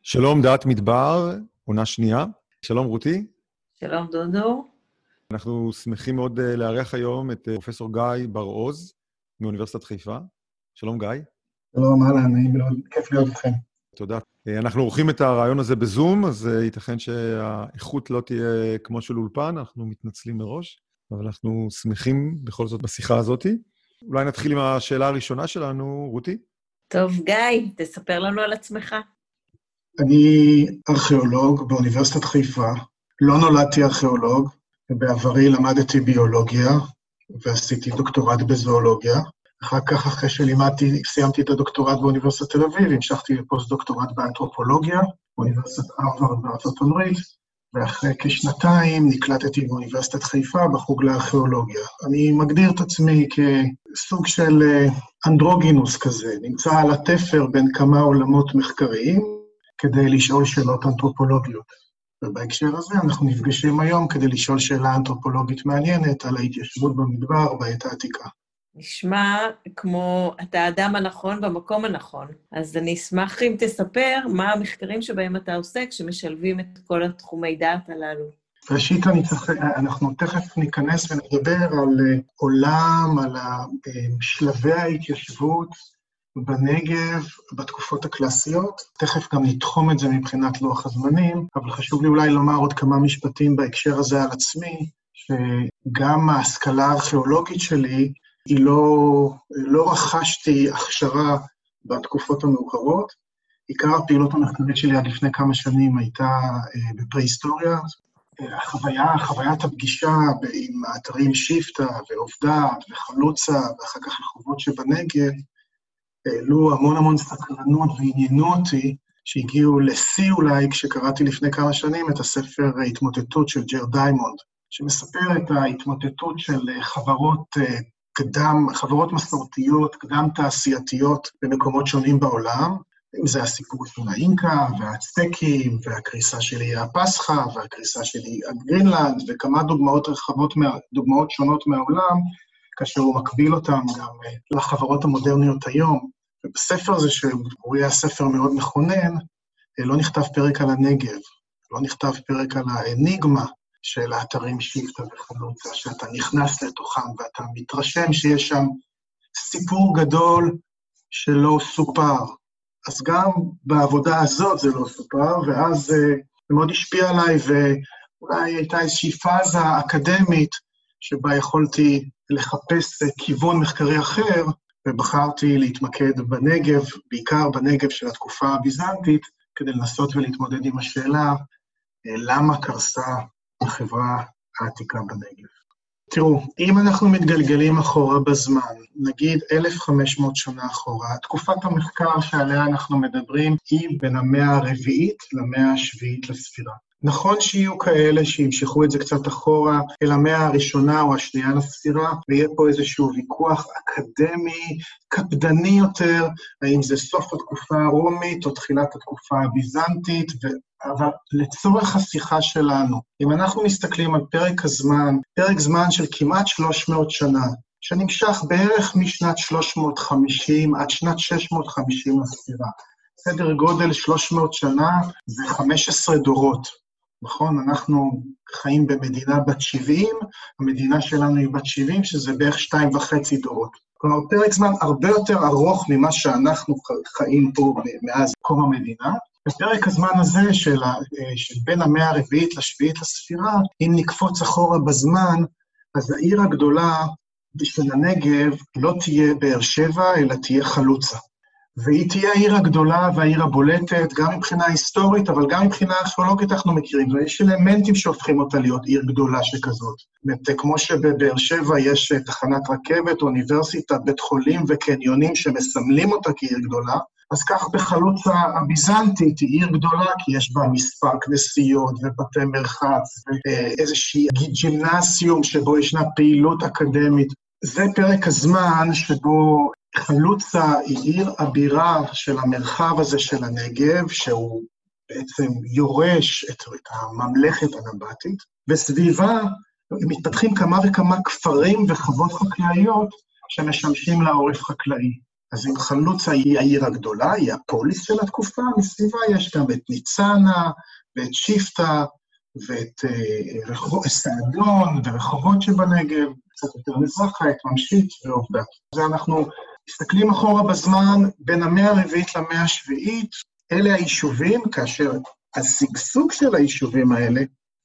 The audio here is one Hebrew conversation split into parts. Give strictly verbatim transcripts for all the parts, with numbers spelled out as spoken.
שלום דעת מדבר, עונה שנייה. שלום רותי. שלום דודו. אנחנו שמחים מאוד לארח היום את פרופסור גיא בר-עוז מאוניברסיטת חיפה. שלום גיא. שלום, אהלן, נעים מאוד, כיף להיות איתכם. תודה. אנחנו עורכים את הרעיון הזה בזום, אז ייתכן שהאיכות לא תהיה כמו של אולפן, אנחנו מתנצלים מראש, אבל אנחנו שמחים בכל זאת בשיחה הזאת. אולי נתחיל עם השאלה הראשונה שלנו, רותי. טוב, גיא, תספר לנו על עצמך. אני ארכיאולוג באוניברסיטת חיפה, לא נולדתי ארכיאולוג, בעברי למדתי ביולוגיה, ועשיתי דוקטורט בזואולוגיה. אחר כך, אחרי שלימדתי, סיימתי את הדוקטורט באוניברסיטת תל אביב, המשכתי לפוסט דוקטורט באנתרופולוגיה, באוניברסיטת הרווארד בארצות הברית, ואחרי כשנתיים נקלטתי באוניברסיטת חיפה בחוג לארכיאולוגיה. אני מגדיר את עצמי כסוג של אנדרוגינוס כזה, נמצא על התפר בין כמה עולמות מחקריים, כדי לשאול שאלות אנתרופולוגיות. ובהקשר הזה אנחנו נפגשים היום כדי לשאול שאלה אנתרופולוגית מעניינת על ההתיישבות במדבר בעת העתיקה. נשמע כמו אתה האדם הנכון במקום הנכון. אז אני אשמח אם תספר מה המחקרים שבהם אתה עוסק, שמשלבים את כל התחומי דעת הללו. ראשית, אני צריך, אנחנו תכף ניכנס ונדבר על עולם, על שלבי ההתיישבות בנגב, בתקופות הקלאסיות. תכף גם נתחום את זה מבחינת לוח הזמנים, אבל חשוב לי אולי לומר עוד כמה משפטים בהקשר הזה על עצמי, שגם ההשכלה הארכיאולוגית שלי, היא לא, לא רכשתי הכשרה בתקופות המאוחרות. עיקר הפעילות המחקרית שלי עד לפני כמה שנים הייתה בפרה-היסטוריה. החוויה, חוויית הפגישה עם האתרים שיפטה ועובדת וחלוצה, ואחר כך לחובות שבנגב, העלו המון המון סקרנות ועניינו אותי, שהגיעו לשיא אולי כשקראתי לפני כמה שנים את הספר ההתמוטטות של ג'רד דיימונד, שמספר את ההתמוטטות של חברות קדם, חברות מסורתיות, קדם תעשייתיות במקומות שונים בעולם, אם זה הסיפור של האינקה והאצטקים והקריסה של איי הפסחא והקריסה של איי גרינלנד וכמה דוגמאות רחבות, דוגמאות שונות מהעולם, כאשר הוא מקביל אותם גם לחברות המודרניות היום. ובספר הזה, שהוא היה ספר מאוד מכונן, לא נכתב פרק על הנגב, לא נכתב פרק על האניגמה של האתרים שיפטה וחלוצה, שאתה נכנס לתוכם ואתה מתרשם שיש שם סיפור גדול שלא סופר. אז גם בעבודה הזאת זה לא סופר, ואז זה מאוד השפיע עליי, ואולי הייתה איזושהי פאזה אקדמית שבה יכולתי לחפש כיוון מחקרי אחר, ובחרתי להתמקד בנגב, בעיקר בנגב של התקופה הביזנטית, כדי לנסות ולהתמודד עם השאלה, למה קרסה החברה העתיקה בנגב. תראו, אם אנחנו מתגלגלים אחורה בזמן, נגיד אלף וחמש מאות שנה אחורה, תקופת המחקר שעליה אנחנו מדברים היא בין המאה הרביעית למאה השביעית לספירה. נכון שיהיו כאלה שימשכו את זה קצת אחורה אל המאה הראשונה או השנייה לספירה, ויהיה פה איזשהו ויכוח אקדמי, קפדני יותר, האם זה סוף התקופה הרומית או תחילת התקופה הביזנטית, ו... אבל לצורך השיחה שלנו, אם אנחנו מסתכלים על פרק הזמן, פרק זמן של כמעט שלוש מאות שנה, שנמשך בערך משנת שלוש מאות וחמישים עד שנת שש מאות וחמישים לספירה, סדר גודל שלוש מאות שנה זה חמישה עשר דורות. נכון, אנחנו חיים במדינה בת שבעים, המדינה שלנו היא בת שבעים, שזה בערך שתיים וחצי דורות. כלומר, פרק זמן הרבה יותר ארוך ממה שאנחנו חיים פה מאז קום המדינה. בפרק הזמן הזה של, של בין המאה הרביעית לשביעית לספירה, אם נקפוץ אחורה בזמן, אז העיר הגדולה של הנגב לא תהיה באר שבע, אלא תהיה חלוצה. והיא תהיה העיר הגדולה והעיר הבולטת, גם מבחינה היסטורית, אבל גם מבחינה ארכיאולוגית אנחנו מכירים. ויש אלמנטים שהופכים אותה להיות עיר גדולה שכזאת. כמו שבבאר שבע יש תחנת רכבת, אוניברסיטה, בית חולים וקניונים שמסמלים אותה כעיר גדולה, אז כך בחלוצה הביזנטית היא עיר גדולה, כי יש בה מספר כנסיות ובתי מרחץ, ואיזושהי גימנסיום שבו ישנה פעילות אקדמית. זה פרק הזמן שבו חלוצה היא עיר הבירה של המרחב הזה של הנגב, שהוא בעצם יורש את, את הממלכת הנבטית, וסביבה מתפתחים כמה וכמה כפרים וחוות חקלאיות שמשמשים לעורף חקלאי. אז אם חלוצה היא העיר הגדולה, היא הפוליס של התקופה, מסביבה יש גם את ניצנה, ואת שיפטה, ואת אה, סעדון, ורחובות שבנגב, קצת יותר מזרחה, את ממשית ועובדה. ואנחנו מסתכלים אחורה בזמן, בין המאה הרביעית למאה השביעית, אלה היישובים, כאשר הסגסוג של היישובים האלה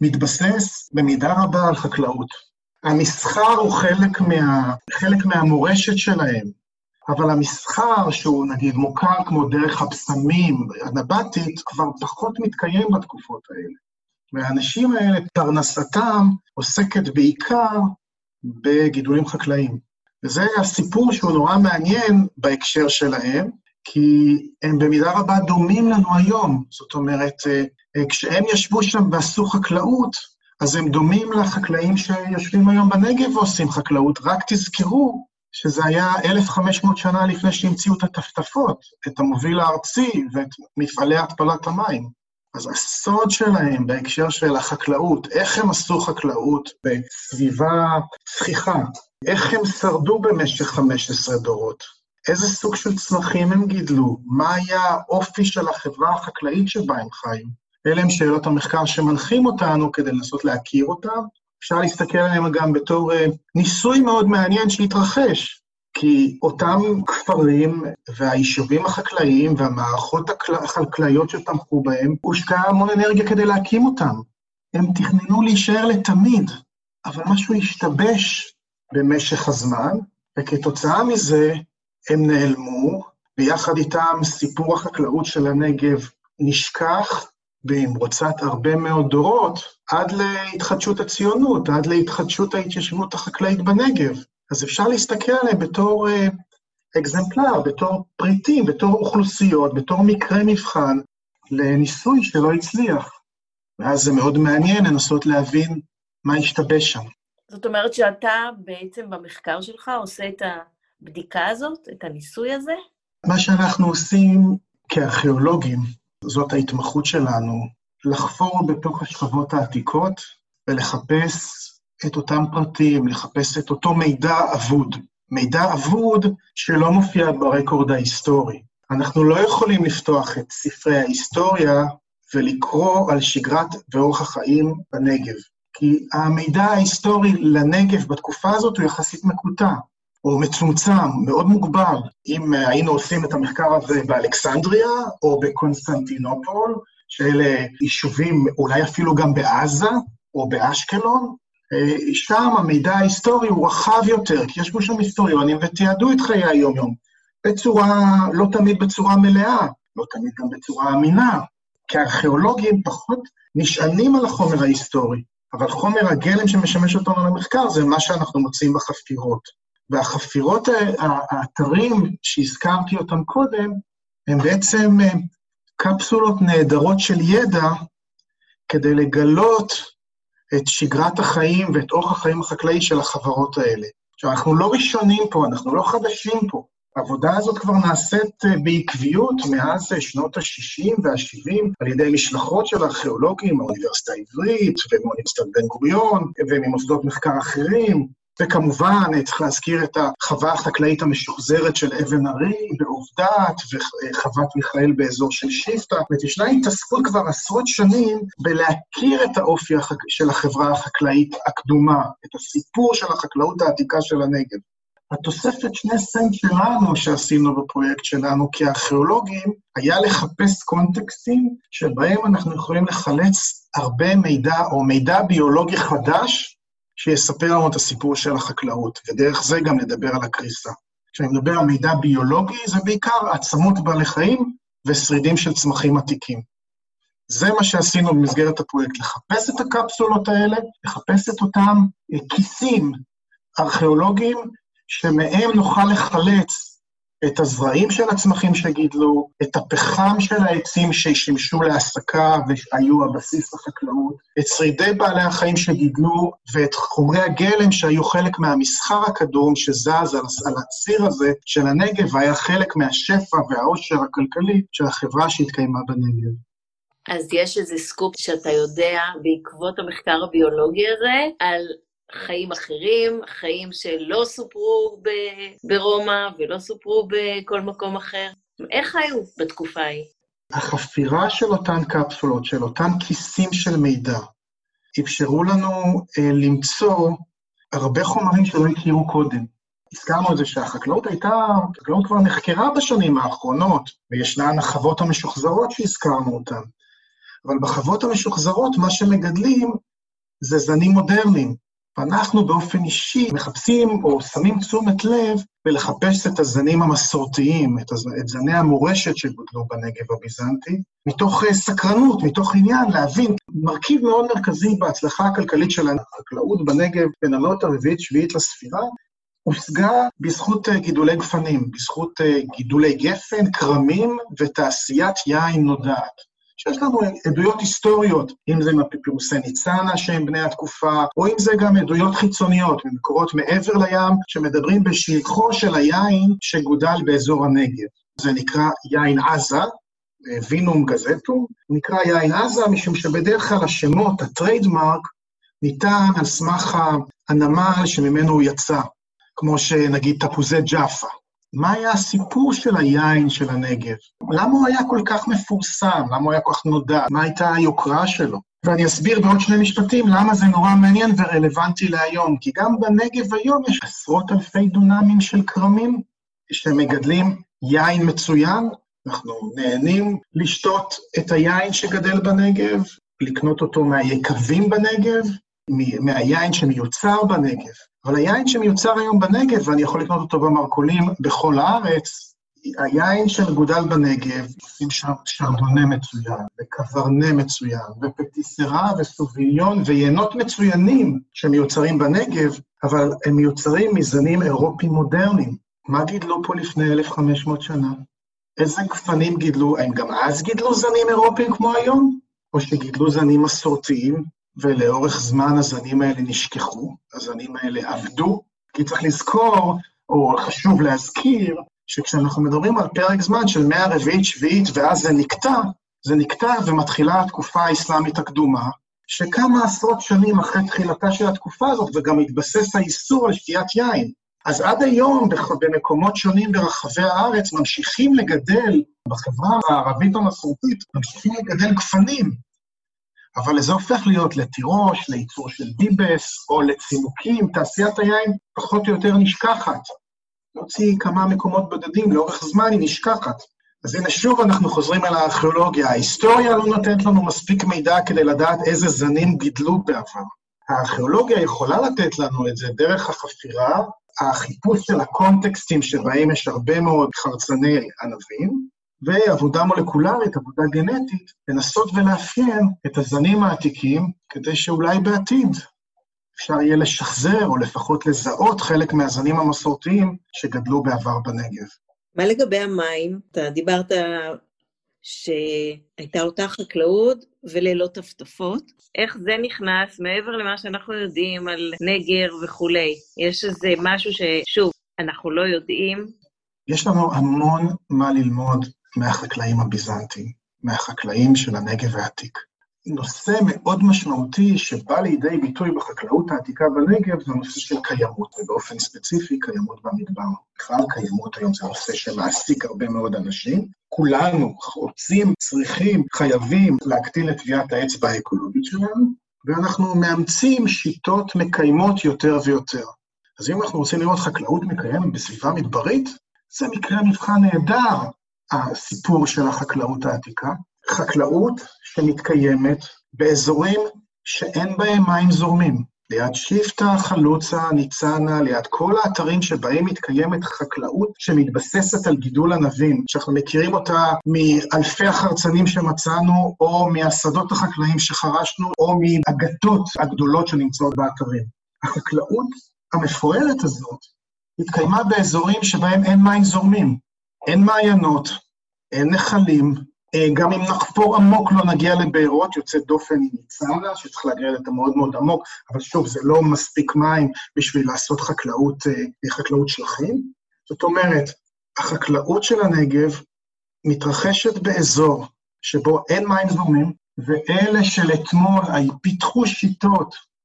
מתבסס במידה רבה על חקלאות. המסחר הוא חלק, מה, חלק מהמורשת שלהם, אבל המסחר שהוא נגיד מוכר כמו דרך הבשמים, הנבטית, כבר פחות מתקיים בתקופות האלה. והאנשים האלה, פרנסתם עוסקת בעיקר בגידולים חקלאיים. וזה הסיפור שהוא נורא מעניין בהקשר שלהם, כי הם במידה רבה דומים לנו היום. זאת אומרת, כשהם ישבו שם ועשו חקלאות, אז הם דומים לחקלאים שיושבים היום בנגב ועושים חקלאות. רק תזכרו שזה היה אלף וחמש מאות שנה לפני שהמציאו את הטפטפות, את המוביל הארצי ואת מפעלי התפלת המים. אז הסוד שלהם בהקשר של החקלאות, איך הם עשו חקלאות בסביבה צחיחה, איך הם שרדו במשך חמישה עשר דורות, איזה סוג של צמחים הם גידלו, מה היה האופי של החברה החקלאית שבה הם חיים. אלה הם שאלות המחקר שמנחים אותנו כדי לנסות להכיר אותם. אפשר להסתכל עליהם גם בתור ניסוי מאוד מעניין שהתרחש, כי אותם כפרים והיישובים החקלאיים והמערכות החקלאיות שתמכו בהם, הושקעה המון אנרגיה כדי להקים אותם. הם תכננו להישאר לתמיד, אבל משהו השתבש במשך הזמן, וכתוצאה מזה הם נעלמו, ויחד איתם סיפור החקלאות של הנגב נשכח, במרוצת הרבה מאוד דורות, עד להתחדשות הציונות, עד להתחדשות ההתיישבות החקלאית בנגב. אז אפשר להסתכל עליהם בתור אה, אקזמפלר, בתור פריטים, בתור אוכלוסיות, בתור מקרה מבחן, לניסוי שלא הצליח. ואז זה מאוד מעניין לנסות להבין מה השתבש שם. זאת אומרת שאתה בעצם במחקר שלך עושה את הבדיקה הזאת, את הניסוי הזה? מה שאנחנו עושים כארכיאולוגים, זאת ההתמחות שלנו, לחפור בתוך השכבות העתיקות ולחפש את אותם פרטים, לחפש את אותו מידע אבוד. מידע אבוד שלא מופיע ברקורד ההיסטורי. אנחנו לא יכולים לפתוח את ספרי ההיסטוריה ולקרוא על שגרת ואורח החיים בנגב. כי המידע ההיסטורי לנגב בתקופה הזאת הוא יחסית מקוטע, או מצומצם, מאוד מוגבל. אם היינו עושים את המחקר הזה באלכסנדריה או בקונסטנטינופול, שאלה יישובים אולי אפילו גם בעזה או באשקלון, שם המידע ההיסטורי הוא רחב יותר, כי יש בו שם היסטוריונים ותיעדו את חיי היום-יום, בצורה, לא תמיד בצורה מלאה, לא תמיד גם בצורה אמינה, כי הארכיאולוגים פחות נשענים על החומר ההיסטורי, אבל חומר הגלם שמשמש אותנו למחקר זה מה שאנחנו מוצאים בחפירות. והחפירות, האתרים שהזכרתי אותם קודם, הם בעצם קפסולות נהדרות של ידע, כדי לגלות את שגרת החיים ואת אורח החיים החקלאי של החברות האלה. עכשיו, אנחנו לא ראשונים פה, אנחנו לא חדשים פה. העבודה הזאת כבר נעשית בעקביות מאז שנות ה-שישים וה-שבעים, על ידי משלחות של ארכיאולוגים מהאוניברסיטה העברית, ומאוניברסיטת בן גוריון, וממוסדות מחקר אחרים, וכמובן, צריך להזכיר את החווה החקלאית המשוחזרת של אבן ארי בעובדת, וחוות מיכאל באזור של שיפטה, וישנה התעסקות כבר עשרות שנים בלהכיר את האופי של החברה החקלאית הקדומה, את הסיפור של החקלאות העתיקה של הנגב. התוספת שני סנט שלנו שעשינו בפרויקט שלנו כארכיאולוגים, היה לחפש קונטקסטים שבהם אנחנו יכולים לחלץ הרבה מידע או מידע ביולוגי חדש, שיספר לנו את הסיפור של החקלאות, ודרך זה גם לדבר על הקריסה. כשאני מדבר על מידע ביולוגי, זה בעיקר עצמות בעלי חיים ושרידים של צמחים עתיקים. זה מה שעשינו במסגרת הפרויקט, לחפש את הקפסולות האלה, לחפש את אותם כיסים ארכיאולוגיים, שמהם נוכל לחלץ את הזרעים של הצמחים שגידלו, את הפחם של העצים ששימשו להסקה והיו הבסיס לחקלאות, את שרידי בעלי החיים שגידלו, ואת חומרי הגלם שהיו חלק מהמסחר הקדום שזז על, על הציר הזה של הנגב, והיה חלק מהשפע והעושר הכלכלי של החברה שהתקיימה בנגב. אז יש איזה סקופ שאתה יודע בעקבות המחקר הביולוגי הזה, על חיים אחרים, חיים שלא סופרו ברומא ולא סופרו בכל מקום אחר. איך חיו בתקופה ההיא? החפירה של אותן קפסולות, של אותן כיסים של מידע, אפשרו לנו אה, למצוא הרבה חומרים שלא הכירו קודם. הזכרנו את זה שהחקלאות הייתה, החקלאות כבר נחקרה בשנים האחרונות, וישנן החוות המשוחזרות שהזכרנו אותן. אבל בחוות המשוחזרות מה שמגדלים זה זנים מודרניים. ואנחנו באופן אישי מחפשים או שמים תשומת לב ולחפש את הזנים המסורתיים, את, הז... את זני המורשת שגודלו בנגב הביזנטי, מתוך סקרנות, מתוך עניין להבין, מרכיב מאוד מרכזי בהצלחה הכלכלית של החקלאות בנגב בין המאות הרביעית שביעית לספירה, הושגה בזכות גידולי גפנים, בזכות גידולי גפן, קרמים ותעשיית יין נודעת. שיש לנו עדויות היסטוריות, אם זה מפירוסי ניצנה שהם בני התקופה, או אם זה גם עדויות חיצוניות, ממקורות מעבר לים, שמדברים בשלחו של היין שגודל באזור הנגב. זה נקרא יין עזה, וינום גזטום, נקרא יין עזה, משום שבדרך כלל השמות, הטריידמרק, ניתן על סמך הנמל שממנו הוא יצא, כמו שנגיד תפוזי ג'אפה. מה היה הסיפור של היין של הנגב? למה הוא היה כל כך מפורסם? למה הוא היה כל כך נודע? מה הייתה היוקרה שלו? ואני אסביר בעוד שני משפטים למה זה נורא מעניין ורלוונטי להיום, כי גם בנגב היום יש עשרות אלפי דונמים של קרמים שמגדלים יין מצוין, אנחנו נהנים לשתות את היין שגדל בנגב, לקנות אותו מהיקבים בנגב, מהיין שמיוצר בנגב. אבל היין שמיוצר היום בנגב, ואני יכול לקנות אותו במרכולים בכל הארץ, היין שמגודל בנגב, עושים שם שרדונה מצוין, וקברנה מצוין, ופטיסרה וסוביליון, ויינות מצוינים שמיוצרים בנגב, אבל הם מיוצרים מזנים אירופיים מודרניים. מה גידלו פה לפני אלף וחמש מאות שנה? איזה גפנים גידלו? האם גם אז גידלו זנים אירופיים כמו היום? או שגידלו זנים מסורתיים? ולאורך זמן הזנים האלה נשכחו, הזנים האלה עבדו, כי צריך לזכור, או חשוב להזכיר, שכשאנחנו מדברים על פרק זמן של מאה רביעית שביעית, ואז זה נקטע, זה נקטע ומתחילה התקופה האסלאמית הקדומה, שכמה עשרות שנים אחרי תחילתה של התקופה הזאת, וגם התבסס האיסור על שתיית יין. אז עד היום, במקומות שונים ברחבי הארץ, ממשיכים לגדל, בחברה הערבית המסורתית, ממשיכים לגדל גפנים, אבל זה הופך להיות לתירוש, לייצור של דיבס, או לצימוקים, תעשיית היין פחות או יותר נשכחת. להוציא כמה מקומות בודדים, לאורך זמן היא נשכחת. אז הנה שוב אנחנו חוזרים אל הארכיאולוגיה. ההיסטוריה לא נותנת לנו מספיק מידע כדי לדעת איזה זנים גידלו בעבר. הארכיאולוגיה יכולה לתת לנו את זה דרך החפירה, החיפוש של הקונטקסטים שבהם יש הרבה מאוד חרצני ענבים, ועבודה מולקולרית, עבודה גנטית, לנסות ולאפיין את הזנים העתיקים, כדי שאולי בעתיד אפשר יהיה לשחזר, או לפחות לזהות חלק מהזנים המסורתיים שגדלו בעבר בנגב. מה לגבי המים? אתה דיברת שהייתה אותה חקלאות וללא טפטפות. איך זה נכנס מעבר למה שאנחנו יודעים על נגר וכולי? יש איזה משהו ששוב, אנחנו לא יודעים. יש לנו המון מה ללמוד מהחקלאים הביזנטיים, מהחקלאים של הנגב העתיק. נושא מאוד משמעותי שבא לידי ביטוי בחקלאות העתיקה בנגב, זה נושא של קיימות, ובאופן ספציפי קיימות במדבר. בכלל קיימות היום זה נושא שמעסיק הרבה מאוד אנשים. כולנו רוצים, צריכים, חייבים להקטין את טביעת האצבע האקולוגית שלנו, ואנחנו מאמצים שיטות מקיימות יותר ויותר. אז אם אנחנו רוצים לראות חקלאות מקיימת בסביבה מדברית, זה מקרה מבחן נהדר, הסיפור של החקלאות העתיקה. חקלאות שמתקיימת באזורים שאין בהם מים זורמים. ליד שיפטה, חלוצה, ניצנה, ליד כל האתרים שבהם מתקיימת חקלאות שמתבססת על גידול ענבים, שאנחנו מכירים אותה מאלפי החרצנים שמצאנו, או מהשדות החקלאים שחרשנו, או מהגתות הגדולות שנמצאות באתרים. החקלאות המפוארת הזאת התקיימה באזורים שבהם אין מים זורמים, אין מעיינות, אין נחלים, גם אם נחפור עמוק לא נגיע לבארות, יוצא דופן עם ניצנה, שצריך להגיע לזה מאוד מאוד עמוק, אבל שוב, זה לא מספיק מים בשביל לעשות חקלאות, חקלאות שלחים. זאת אומרת, החקלאות של הנגב מתרחשת באזור שבו אין מים זורמים, ואלה של אתמול פיתחו שיטות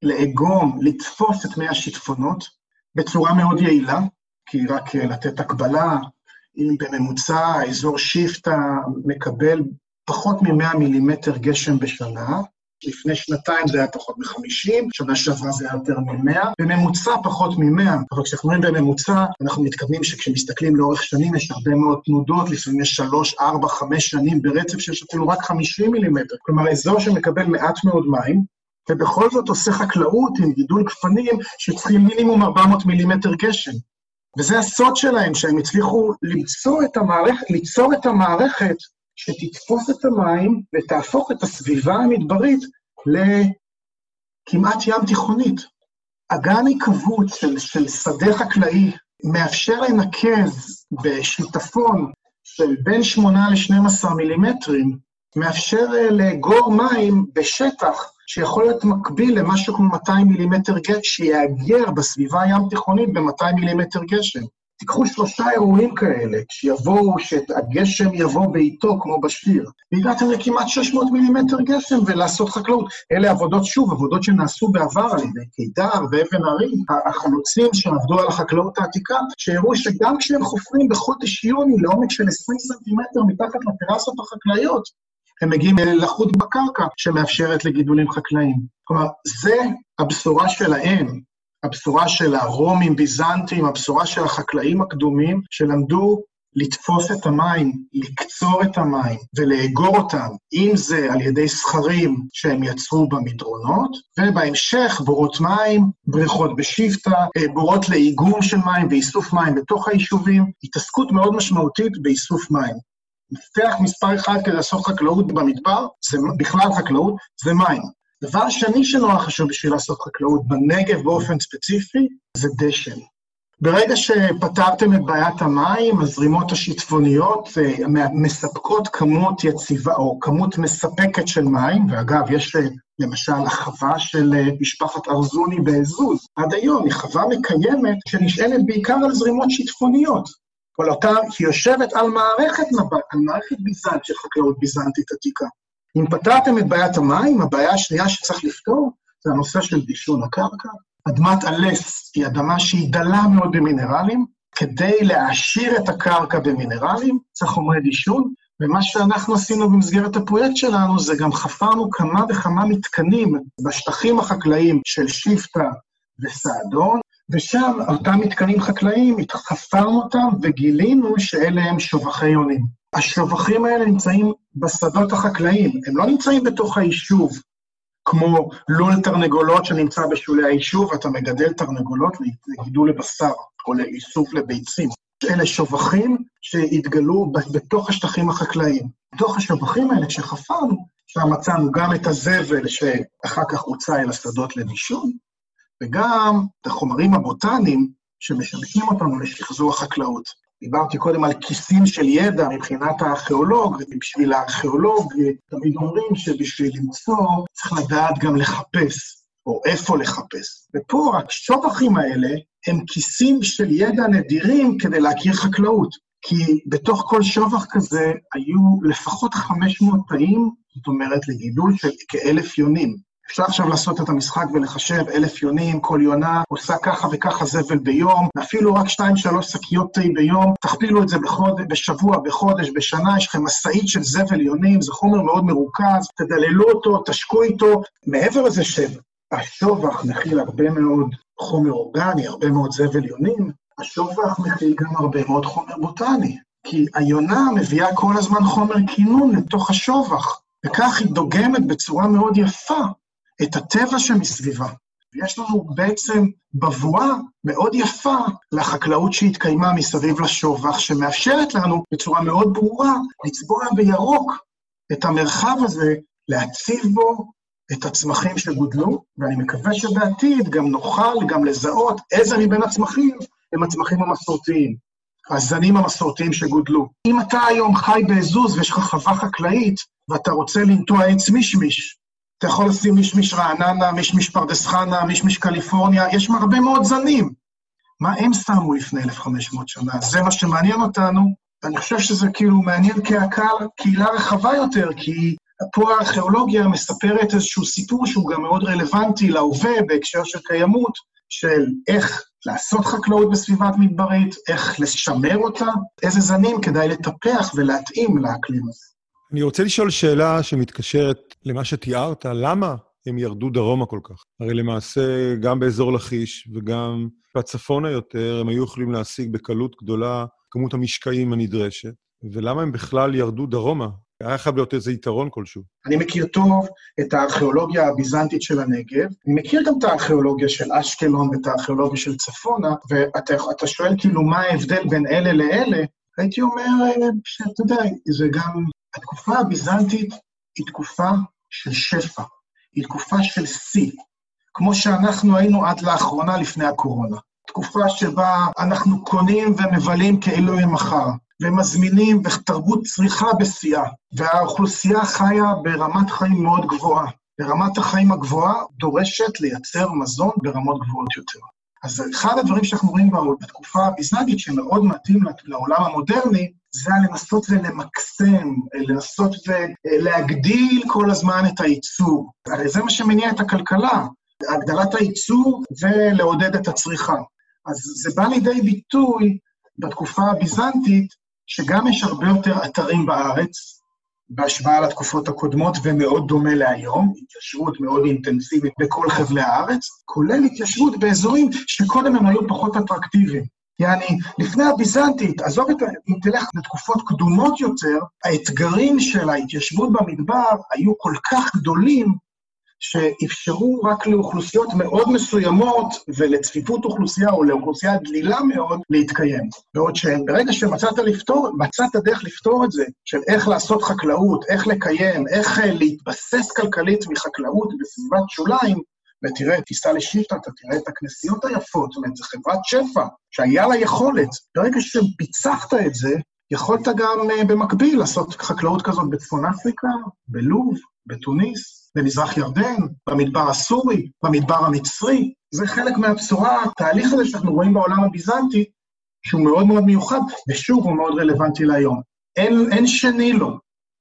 לאגום, לתפוס את מי השיטפונות, בצורה מאוד יעילה, כי רק לתת הקבלה, אם בממוצע האזור שיפטה מקבל פחות מ-מאה מילימטר גשם בשנה, לפני שנתיים זה היה פחות מ-חמישים, שנה שעברה זה היה יותר מ-מאה, בממוצע פחות מ-מאה, אבל כשאנחנו אומרים בממוצע, אנחנו מתכוונים שכשמסתכלים לאורך שנים יש הרבה מאוד תנודות, לפעמים יש שלוש, ארבע, חמש שנים ברצף שיש אפילו רק חמישים מילימטר, כלומר אזור שמקבל מעט מאוד מים, ובכל זאת עושה חקלאות עם גידול גפנים שצריכים מינימום ארבע מאות מילימטר גשם. וזה הסוד שלהם, שהם הצליחו ליצור את המערכת, ליצור את המערכת שתתפוס את המים ותהפוך את הסביבה המדברית לכמעט ים תיכונית. אגן עיקבות של, של שדה חקלאי מאפשר לנקז בשיטפון של בין שמונה ל-שנים עשר מילימטרים, מאפשר לאגור מים בשטח שיכול להיות מקביל למשהו כמו מאתיים מילימטר גשם, שיאגר בסביבה הים תיכונית ב-מאתיים מילימטר גשם. תיקחו שלושה אירועים כאלה, שיבואו, שהגשם יבוא בעיתו כמו בשיר, והגעתם לכמעט שש מאות מילימטר גשם ולעשות חקלאות. אלה עבודות, שוב, עבודות שנעשו בעבר על ידי קידר ואבן הרים, החלוצים שעבדו על החקלאות העתיקה, שהראו שגם כשהם חופרים בחודש יוני לעומק של עשרים סנטימטר מתחת לטרסות החקלאיות, הם מגיעים לחוט בקרקע שמאפשרת לגידולים חקלאיים. כלומר, זה הבשורה שלהם, הבשורה של הרומים, ביזנטים, הבשורה של החקלאים הקדומים, שלמדו לתפוס את המים, לקצור את המים ולאגור אותם, אם זה על ידי סכרים שהם יצרו במדרונות, ובהמשך בורות מים, בריכות בשבטה, בורות לאיגום של מים ואיסוף מים בתוך היישובים, התעסקות מאוד משמעותית באיסוף מים. מפתח מספר אחד כדי לעשות חקלאות במדבר, זה בכלל חקלאות, זה מים. דבר שני שנורא חשוב בשביל לעשות חקלאות בנגב באופן ספציפי, זה דשן. ברגע שפתרתם את בעיית המים, הזרימות השיטפוניות מספקות כמות יציבה, או כמות מספקת של מים, ואגב, יש למשל החווה של משפחת ארזוני באזוז, עד היום היא חווה מקיימת שנשענת בעיקר על זרימות שיטפוניות, אבל אותה היא יושבת על מערכת מבט, על מערכת ביזנט של חקלאות ביזנטית עתיקה. אם פתרתם את בעיית המים, הבעיה השנייה שצריך לפתור, זה הנושא של דישון הקרקע. אדמת אלס היא אדמה שהיא דלה מאוד במינרלים, כדי להעשיר את הקרקע במינרלים, צריך חומרי דישון, ומה שאנחנו עשינו במסגרת הפרויקט שלנו, זה גם חפרנו כמה וכמה מתקנים בשטחים החקלאיים של שבטה וסעדון, ושם אותם מתקנים חקלאיים, התחפרנו אותם וגילינו שאלה הם שובחי יונים. השובחים האלה נמצאים בשדות החקלאיים, הם לא נמצאים בתוך היישוב, כמו לול תרנגולות שנמצא בשולי היישוב, ואתה מגדל תרנגולות לגידול לבשר, או לאיסוף לביצים. אלה שובחים שהתגלו בתוך השטחים החקלאיים. בתוך השובחים האלה, כשחפרנו, שם מצאנו גם את הזבל שאחר כך הוצא אל השדות לדישון, וגם את החומרים הבוטניים שמשמשים אותנו לשחזור החקלאות. דיברתי קודם על כיסים של ידע מבחינת הארכיאולוג, ובשביל הארכיאולוג תמיד אומרים שבשביל למצוא צריך לדעת גם לחפש, או איפה לחפש. ופה השובחים האלה הם כיסים של ידע נדירים כדי להכיר חקלאות, כי בתוך כל שובח כזה היו לפחות חמש מאות תאים, זאת אומרת לגידול של כאלף יונים. אפשר עכשיו לעשות את המשחק ולחשב אלף יונים, כל יונה עושה ככה וככה זבל ביום, אפילו רק שתיים שלוש שקיות תה ביום, תכפילו את זה בחודש, בשבוע, בחודש, בשנה, יש לכם מסעית של זבל יונים, זה חומר מאוד מרוכז, תדללו אותו, תשקו איתו. מעבר לזה שהשובח מכיל הרבה מאוד חומר אורגני, הרבה מאוד זבל יונים, השובח מכיל גם הרבה מאוד חומר בוטני, כי היונה מביאה כל הזמן חומר כינון לתוך השובח, וכך היא דוגמת בצורה מאוד יפה את הטבע שמסביבה. ויש לנו בעצם בבואה מאוד יפה לחקלאות שהתקיימה מסביב לשובח, שמאפשרת לנו בצורה מאוד ברורה לצבוע בירוק את המרחב הזה, להציב בו את הצמחים שגודלו, ואני מקווה שבעתיד גם נוכל גם לזהות איזה מבין הצמחים הם הצמחים המסורתיים, הזנים המסורתיים שגודלו. אם אתה היום חי באזוז ויש לך חווה חקלאית, ואתה רוצה לנטוע עץ מישמיש, אתה יכול לשים מישמיש רעננה, מישמיש פרדס חנה, מישמיש קליפורניה, יש הרבה מאוד זנים. מה הם שמו לפני אלף וחמש מאות שנה? זה מה שמעניין אותנו, ואני חושב שזה כאילו מעניין כהקהל, קהילה רחבה יותר, כי פה הארכיאולוגיה מספרת איזשהו סיפור שהוא גם מאוד רלוונטי להווה בהקשר של קיימות, של איך לעשות חקלאות בסביבת מדברית, איך לשמר אותה, איזה זנים כדאי לטפח ולהתאים לאקלים הזה. אני רוצה לשאול שאלה שמתקשרת למה שתיארת, למה הם ירדו דרומה כל כך? הרי למעשה גם באזור לכיש וגם בצפון היותר, הם היו יכולים להשיג בקלות גדולה כמות המשקעים הנדרשת, ולמה הם בכלל ירדו דרומה? היה חייב להיות איזה יתרון כלשהו. אני מכיר טוב את הארכיאולוגיה הביזנטית של הנגב, אני מכיר גם את הארכיאולוגיה של אשקלון ואת הארכיאולוגיה של צפונה, ואתה שואל כאילו מה ההבדל בין אלה לאלה, הייתי אומר שאתה יודע, זה גם, התקופה הביזנטית היא תקופה של שפע, היא תקופה של שיא, כמו שאנחנו היינו עד לאחרונה לפני הקורונה. תקופה שבה אנחנו קונים ומבלים כאילו הם מחר, ומזמינים ותרבות צריכה בשיאה, והאוכלוסייה חיה ברמת חיים מאוד גבוהה. ברמת החיים הגבוהה דורשת לייצר מזון ברמות גבוהות יותר. אז אחד הדברים שאנחנו רואים בתקופה הביזנטית שמאוד מתאים לעולם המודרני, זה לנסות ולמקסם, לנסות ולהגדיל כל הזמן את הייצור. הרי זה מה שמניע את הכלכלה, הגדלת הייצור ולעודד את הצריכה. אז זה בא לידי ביטוי בתקופה הביזנטית, שגם יש הרבה יותר אתרים בארץ, בהשוואה לתקופות הקודמות, ומאוד דומה להיום, התיישבות מאוד אינטנסיבית בכל חבלי הארץ, כולל התיישבות באזורים שקודם הם היו פחות אטרקטיביים. יעני, לפני הביזנטית, עזוב את, אם תלך לתקופות קדומות יותר, האתגרים של ההתיישבות במדבר היו כל כך גדולים, שאפשרו רק לאוכלוסיות מאוד מסוימות, ולצפיפות אוכלוסייה או לאוכלוסייה דלילה מאוד, להתקיים. בעוד שברגע שמצאת לפתור, מצאת דרך לפתור את זה, של איך לעשות חקלאות, איך לקיים, איך להתבסס כלכלית מחקלאות בסביבת שוליים, ותראה, תיסע לשיטה, אתה תראה את הכנסיות היפות, זאת אומרת, זו חברת שפע, שהיה לה יכולת. ברגע שפיצחת את זה, יכולת גם במקביל לעשות חקלאות כזאת בצפון אפריקה, בלוב, בתוניס, במזרח ירדן, במדבר הסורי, במדבר המצרי. זה חלק מהבשורה, התהליך הזה שאנחנו רואים בעולם הביזנטי, שהוא מאוד מאוד מיוחד, ושוב הוא מאוד רלוונטי להיום. אין, אין שני לו.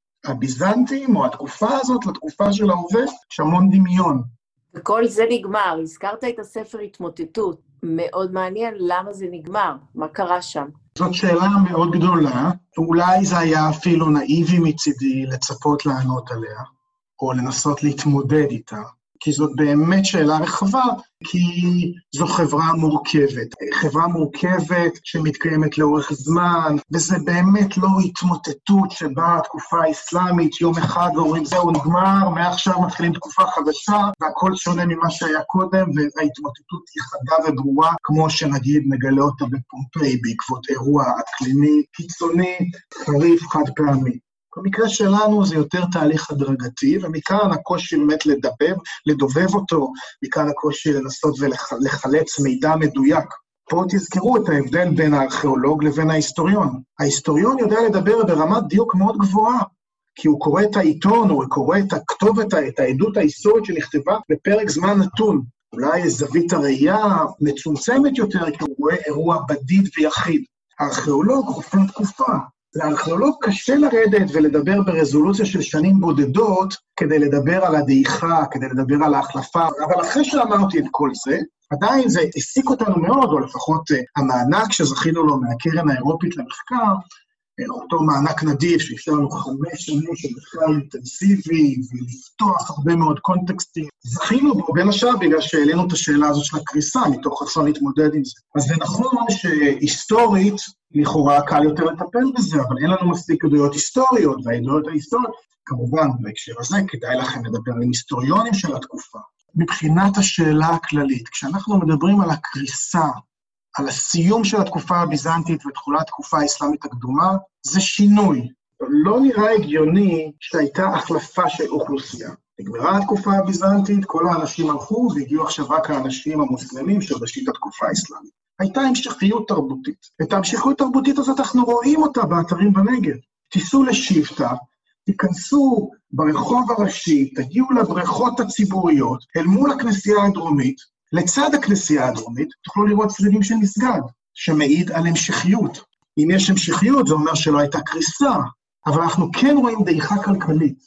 הביזנטים, או התקופה הזאת, לתקופה של ההווה, יש המון דמיון. וכל זה נגמר, הזכרת את הספר התמוטטות, מאוד מעניין למה זה נגמר, מה קרה שם? זאת שאלה מאוד גדולה, אולי זה היה אפילו נאיבי מצידי לצפות לענות עליה, או לנסות להתמודד איתה, כי זאת באמת שאלה רחבה, כי זו חברה מורכבת. חברה מורכבת שמתקיימת לאורך זמן, וזה באמת לא התמוטטות שבה התקופה האסלאמית, יום אחד ואומרים זהו נגמר, מעכשיו מתחילים תקופה חדשה, והכל שונה ממה שהיה קודם, וההתמוטטות היא חדה וברורה, כמו שנגיד נגלה אותה בפומפיי, בעקבות אירוע אקלימי קיצוני, חריף חד פעמי. במקרה שלנו זה יותר תהליך הדרגתי, ומכאן הקושי באמת לדבב, לדובב אותו, מכאן הקושי לנסות ולחלץ מידע מדויק. פה תזכרו את ההבדל בין הארכיאולוג לבין ההיסטוריון. ההיסטוריון יודע לדבר ברמת דיוק מאוד גבוהה, כי הוא קורא את העיתון, הוא קורא את הכתובת, את העדות ההיסטורית שנכתבה בפרק זמן נתון. אולי זווית הראייה מצומצמת יותר, כי הוא רואה אירוע בדיד ויחיד. הארכיאולוג חופר תקופה. לארכיאולוג קשה לרדת ולדבר ברזולוציה של שנים בודדות, כדי לדבר על הדעיכה, כדי לדבר על ההחלפה, אבל אחרי שאמרתי את כל זה, עדיין זה העסיק אותנו מאוד, או לפחות המענק שזכינו לו מהקרן האירופית למחקר, אותו מענק נדיב שאפשר לנו חמש שנים של מחקר אינטנסיבי, ולפתוח הרבה מאוד קונטקסטים. זכינו בו בין השאר בגלל שהעלינו את השאלה הזאת של הקריסה, מתוך רצון להתמודד עם זה. אז זה נכון שהיסטורית, לכאורה קל יותר לטפל בזה, אבל אין לנו מספיק עדויות היסטוריות, והעדויות ההיסטוריות, כמובן, בהקשר הזה, כדאי לכם לדבר עם היסטוריונים של התקופה. מבחינת השאלה הכללית, כשאנחנו מדברים על הקריסה, על הסיום של התקופה הביזנטית ותחולת התקופה האסלאמית הקדומה, זה שינוי. לא נראה הגיוני שהייתה החלפה של אוכלוסייה. נגמרה התקופה הביזנטית, כל האנשים הלכו והגיעו עכשיו רק האנשים המוסלמים של ראשית התקופה האסלאמית. הייתה המשכיות תרבותית. את ההמשכיות התרבותית הזאת אנחנו רואים אותה באתרים בנגב. תיסעו לשבטה, תיכנסו ברחוב הראשי, תגיעו לבריכות הציבוריות, אל מול הכנסייה הדרומית, לצד הכנסייה הדרומית, תוכלו לראות שרידים של מסגד, שמעיד על המשכיות. אם יש המשכיות, זה אומר שלא הייתה קריסה, אבל אנחנו כן רואים דעיכה כלכלית.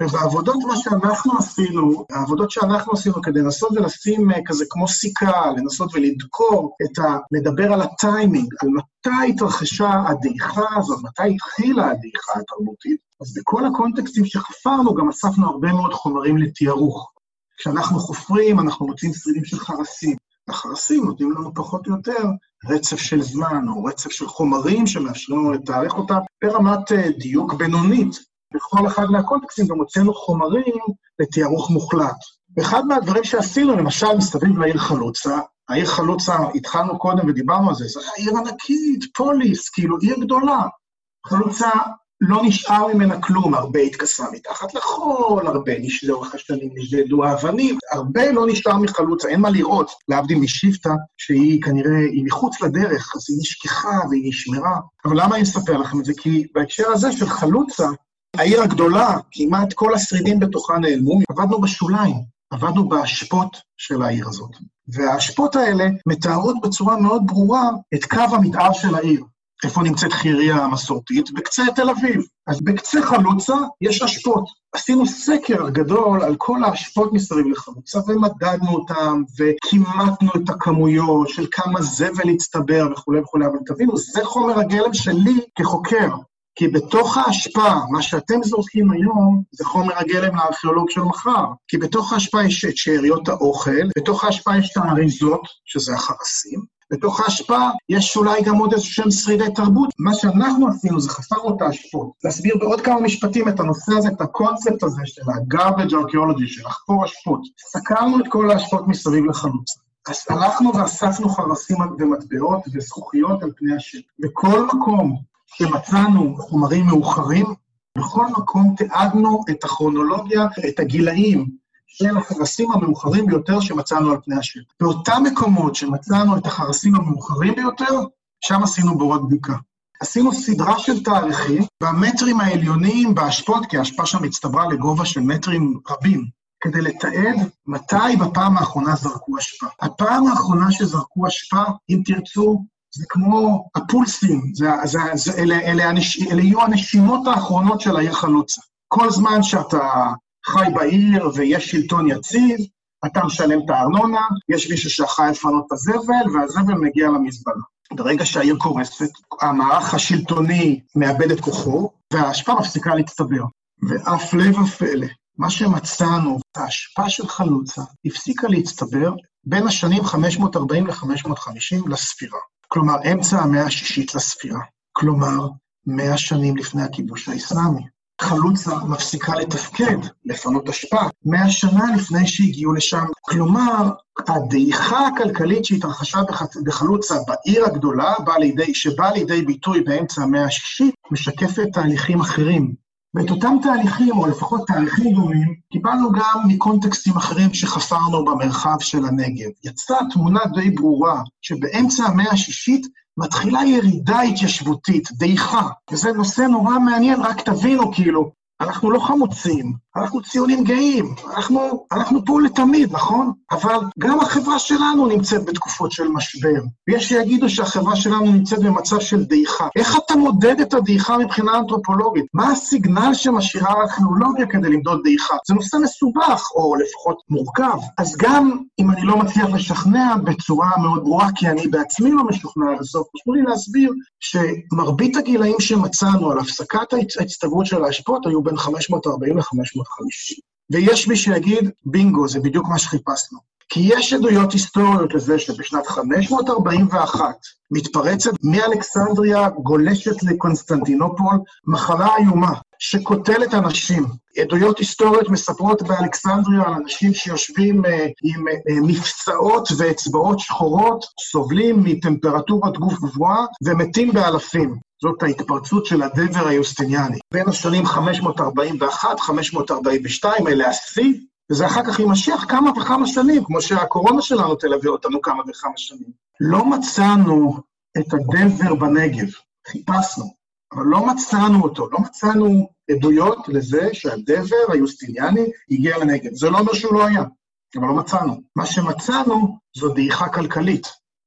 ובעבודות מה שאנחנו עשינו, העבודות שאנחנו עשינו כדי לנסות ולשים כזה כמו סיכה, לנסות ולדקור את ה... לדבר על הטיימינג, על מתי התרחשה הדעיכה הזאת, מתי התחילה הדעיכה התרבותית, אז בכל הקונטקסטים שחפרנו גם אספנו הרבה מאוד חומרים לתיארוך. כשאנחנו חופרים, אנחנו מוצאים שרידים של חרסים. החרסים נותנים לנו פחות או יותר רצף של זמן, או רצף של חומרים שמאפשרים לנו לתארך אותם ברמת דיוק בינונית. בכל אחד מהקונטקסטים גם הוצאנו חומרים לתיארוך מוחלט. ואחד מהדברים שעשינו, למשל, מסתובב לעיר חלוצה, העיר חלוצה, התחלנו קודם ודיברנו על זה, זה עיר ענקית, פוליס, כאילו עיר גדולה. חלוצה לא נשאר ממנה כלום, הרבה התכסה מתחת לחול, הרבה לאורך השנים נשדדו האבנים, הרבה לא נשאר מחלוצה, אין מה לראות, להבדיל משבטה, שהיא כנראה, היא מחוץ לדרך, אז היא נשכחה והיא נשמרה. אבל למה אני אספר לכם את זה? כי בהקשר הזה של חלוצה, העיר הגדולה, כמעט כל השרידים בתוכה נעלמו, עבדנו בשוליים, עבדנו בהשפות של העיר הזאת. וההשפות האלה מתארות בצורה מאוד ברורה את קו המתאר של העיר. איפה נמצאת חירייה המסורתית? בקצה תל אביב. אז בקצה חלוצה יש השפות. עשינו סקר גדול על כל ההשפות מסביב לחלוצה, ומדדנו אותם, וכימתנו את הכמויות של כמה זבל הצטבר וכו' וכו', אבל תבינו, זה חומר הגלם שלי כחוקר. כי בתוך ההשפעה, מה שאתם זורקים היום, זה חומר הגלם לארכיאולוג של מחר. כי בתוך ההשפעה יש את שאריות האוכל, בתוך ההשפעה יש את האריזות, שזה החרסים, בתוך ההשפעה יש אולי גם עוד איזשהם שרידי תרבות. מה שאנחנו עשינו זה חפרנו את ההשפעות. להסביר בעוד כמה משפטים את הנושא הזה, את הקונספט הזה של ה-garbage archaeology, של לחפור השפעות. סקרנו את כל ההשפעות מסביב לחלוצה. אז הלכנו ואספנו חרסים ומטבעות וזכוכיות על פני השטח. בכל מקום שמצאנו חומרים מאוחרים, בכל מקום תיעדנו את הכרונולוגיה, את הגילאים של החרסים המאוחרים ביותר שמצאנו על פני השטח. באותם מקומות שמצאנו את החרסים המאוחרים ביותר, שם עשינו בורת בדיקה. עשינו סדרה של תאריכים, והמטרים העליונים בהשפעות, כי ההשפעה שם הצטברה לגובה של מטרים רבים, כדי לתעד מתי בפעם האחרונה זרקו השפעה. הפעם האחרונה שזרקו השפעה, אם תרצו, זה כמו הפולסים, זה, זה, זה, אלה, אלה, אנש, אלה יהיו הנשימות האחרונות של העיר חלוצה. כל זמן שאתה חי בעיר ויש שלטון יציב, אתה משלם את הארנונה, יש מישהו שאחראי לפנות את הזבל, והזבל מגיע למזבלה. ברגע שהעיר קורסת, המערך השלטוני מאבד את כוחו, וההשפעה מפסיקה להצטבר. ואף לב הפלא, מה שמצאנו, ההשפעה של חלוצה, הפסיקה להצטבר בין השנים חמש מאות ארבעים ל-חמש מאות חמישים לספירה. כלומר, אמצע המאה השישית לספירה. כלומר, מאה שנים לפני הכיבוש האסלאמי. חלוצה מפסיקה לתפקד, לפנות השפעה, מאה שנה לפני שהגיעו לשם. כלומר, הדעיכה הכלכלית שהתרחשה בחלוצה בעיר הגדולה, בא לידי, שבא לידי ביטוי באמצע המאה השישית, משקפת תהליכים אחרים. ואת אותם תהליכים, או לפחות תהליכים דומים, קיבלנו גם מקונטקסטים אחרים שחפרנו במרחב של הנגב. יצאה תמונה די ברורה, שבאמצע המאה השישית מתחילה ירידה התיישבותית, דעיכה. וזה נושא נורא מעניין, רק תבינו כאילו, אנחנו לא חמוצים, אנחנו ציונים גאים, אנחנו, אנחנו פה לתמיד, נכון? אבל גם החברה שלנו נמצאת בתקופות של משבר. ויש שיגידו שהחברה שלנו נמצאת במצב של דעיכה. איך אתה מודד את הדעיכה מבחינה אנתרופולוגית? מה הסיגנל שמשאירה הארכיאולוגיה כדי למדוד דעיכה? זה נושא מסובך, או לפחות מורכב. אז גם אם אני לא מצליח לשכנע בצורה מאוד ברורה, כי אני בעצמי לא משוכנע לסוף, חשבו לי להסביר שמרבית הגילאים שמצאנו על הפסקת ההצטברות של ההשפעות היו בין חמש מאות ארבעים ל-חמש מאות חמישים. ויש מי שיגיד, בינגו, זה בדיוק מה שחיפשנו. כי יש עדויות היסטוריות לזה שבשנת חמש מאות ארבעים ואחת מתפרצת מאלכסנדריה גולשת לקונסטנטינופול מחלה איומה שקוטלת אנשים. עדויות היסטוריות מספרות באלכסנדריה על אנשים שיושבים אה, עם אה, מפצעות ואצבעות שחורות, סובלים מטמפרטורת גוף גבוהה ומתים באלפים. זאת ההתפרצות של הדבר היוסטיניאני. בין השנים חמש מאות ארבעים ואחת, חמש מאות ארבעים ושתיים, אלה השיא, וזה אחר כך יימשך כמה וכמה שנים, כמו שהקורונה שלנו תלווה אותנו כמה וכמה שנים. לא מצאנו את הדבר בנגב, חיפשנו, אבל לא מצאנו אותו, לא מצאנו עדויות לזה שהדבר היוסטיניאני הגיע לנגב. זה לא אומר שהוא לא היה, אבל לא מצאנו. מה שמצאנו זו דעיכה כלכלית.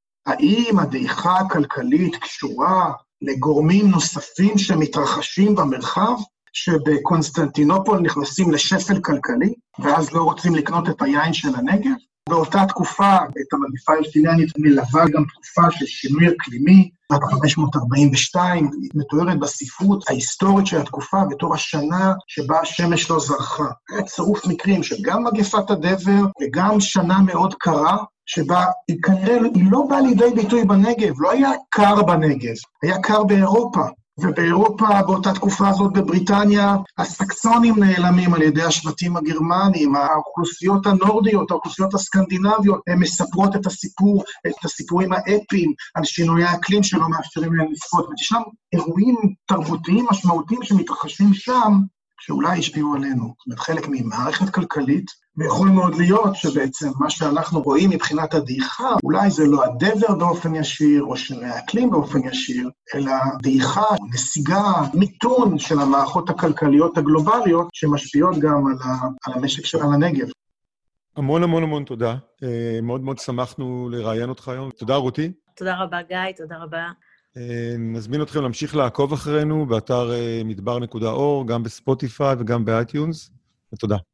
האם הדעיכה הכלכלית קשורה לגורמים נוספים שמתרחשים במרחב? שבקונסטנטינופול נכנסים לשפל כלכלי, ואז לא רוצים לקנות את היין של הנגב. באותה תקופה, את המגפה הירדנית מלווה גם תקופה של שינוי אקלימי, עד חמש מאות ארבעים ושתיים, מתוארת בספרות ההיסטורית של התקופה בתור השנה שבה השמש לא זרחה. היה צירוף מקרים שגם מגפת הדבר וגם שנה מאוד קרה, שבה היא כנראה היא לא באה לידי ביטוי בנגב, לא היה קר בנגב, היה קר באירופה. ובאירופה, באותה תקופה הזאת בבריטניה, הסקסונים נעלמים על ידי השבטים הגרמנים, האוכלוסיות הנורדיות, האוכלוסיות הסקנדינביות, הן מספרות את הסיפור, את הסיפורים האפיים על שינויי האקלים שלא מאפשרים להם לצפות, וישנם אירועים תרבותיים משמעותיים שמתרחשים שם, שאולי ישפיעו עלינו. זאת אומרת, חלק ממערכת כלכלית, ויכול מאוד להיות שבעצם מה שאנחנו רואים מבחינת הדעיכה, אולי זה לא הדבר באופן ישיר, או שינוי האקלים באופן ישיר, אלא דעיכה, נסיגה, מיתון של המערכות הכלכליות הגלובליות, שמשפיעות גם על, ה, על המשק של הנגב. המון המון המון תודה. מאוד מאוד שמחנו לראיין אותך היום. תודה, רותי. תודה רבה, גיא, תודה רבה. נזמין אתכם להמשיך לעקוב אחרינו באתר מדבר נקודה אור, גם בספוטיפיי וגם באייטיונס. ותודה.